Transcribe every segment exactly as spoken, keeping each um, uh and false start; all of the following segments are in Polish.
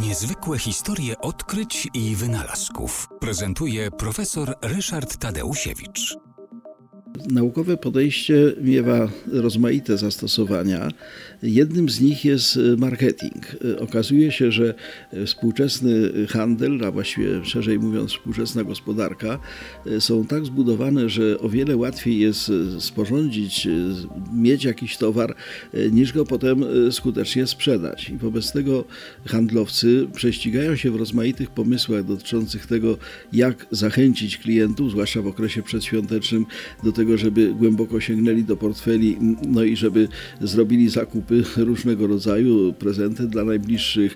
Niezwykłe historie odkryć i wynalazków prezentuje profesor Ryszard Tadeusiewicz. Naukowe podejście miewa rozmaite zastosowania. Jednym z nich jest marketing. Okazuje się, że współczesny handel, a właściwie szerzej mówiąc współczesna gospodarka, są tak zbudowane, że o wiele łatwiej jest sporządzić, mieć jakiś towar, niż go potem skutecznie sprzedać. I wobec tego handlowcy prześcigają się w rozmaitych pomysłach dotyczących tego, jak zachęcić klientów, zwłaszcza w okresie przedświątecznym, do tego, żeby głęboko sięgnęli do portfeli, no i żeby zrobili zakupy różnego rodzaju, prezenty dla najbliższych,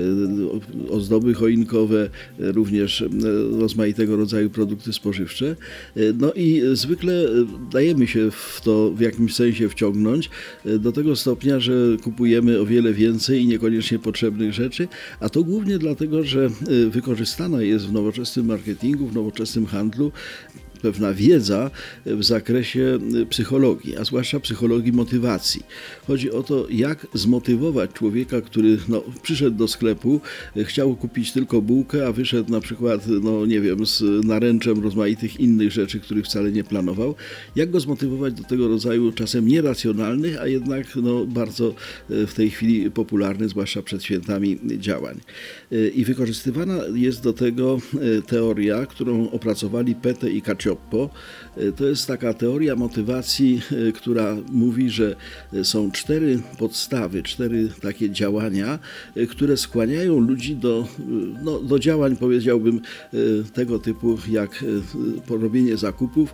ozdoby choinkowe, również rozmaitego rodzaju produkty spożywcze. No i zwykle dajemy się w to w jakimś sensie wciągnąć do tego stopnia, że kupujemy o wiele więcej i niekoniecznie potrzebnych rzeczy, a to głównie dlatego, że wykorzystana jest w nowoczesnym marketingu, w nowoczesnym handlu pewna wiedza w zakresie psychologii, a zwłaszcza psychologii motywacji. Chodzi o to, jak zmotywować człowieka, który no, przyszedł do sklepu, chciał kupić tylko bułkę, a wyszedł na przykład, no nie wiem, z naręczem rozmaitych innych rzeczy, których wcale nie planował. Jak go zmotywować do tego rodzaju czasem nieracjonalnych, a jednak no, bardzo w tej chwili popularnych, zwłaszcza przed świętami, działań. I wykorzystywana jest do tego teoria, którą opracowali Pete i Cacioppo. To jest taka teoria motywacji, która mówi, że są cztery podstawy, cztery takie działania, które skłaniają ludzi do, no, do działań, powiedziałbym, tego typu jak porobienie zakupów,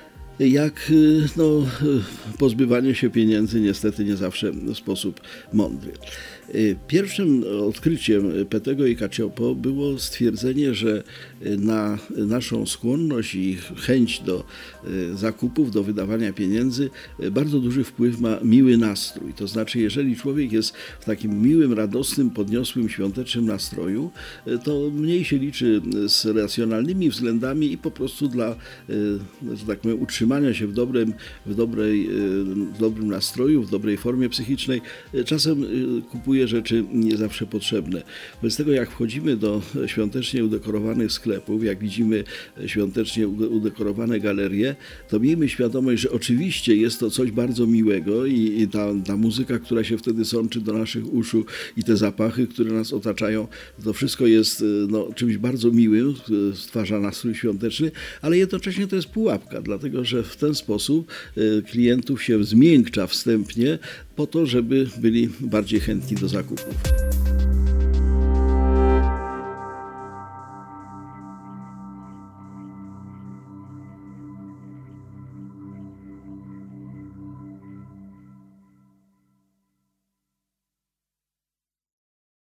jak no, pozbywanie się pieniędzy, niestety nie zawsze w sposób mądry. Pierwszym odkryciem Petego i Cacioppo było stwierdzenie, że na naszą skłonność i chęć do zakupów, do wydawania pieniędzy bardzo duży wpływ ma miły nastrój. To znaczy, jeżeli człowiek jest w takim miłym, radosnym, podniosłym, świątecznym nastroju, to mniej się liczy z racjonalnymi względami i po prostu dla, że tak powiem, utrzymania się w dobrym, w dobrej, w dobrym nastroju, w dobrej formie psychicznej, czasem kupuje rzeczy nie zawsze potrzebne. Wobec tego, jak wchodzimy do świątecznie udekorowanych sklepów, jak widzimy świątecznie udekorowane galerie, to miejmy świadomość, że oczywiście jest to coś bardzo miłego i, i ta, ta muzyka, która się wtedy sączy do naszych uszu i te zapachy, które nas otaczają, to wszystko jest no, czymś bardzo miłym, stwarza nastrój świąteczny, ale jednocześnie to jest pułapka, dlatego że w ten sposób klientów się zmiękcza wstępnie po to, żeby byli bardziej chętni do zakupów.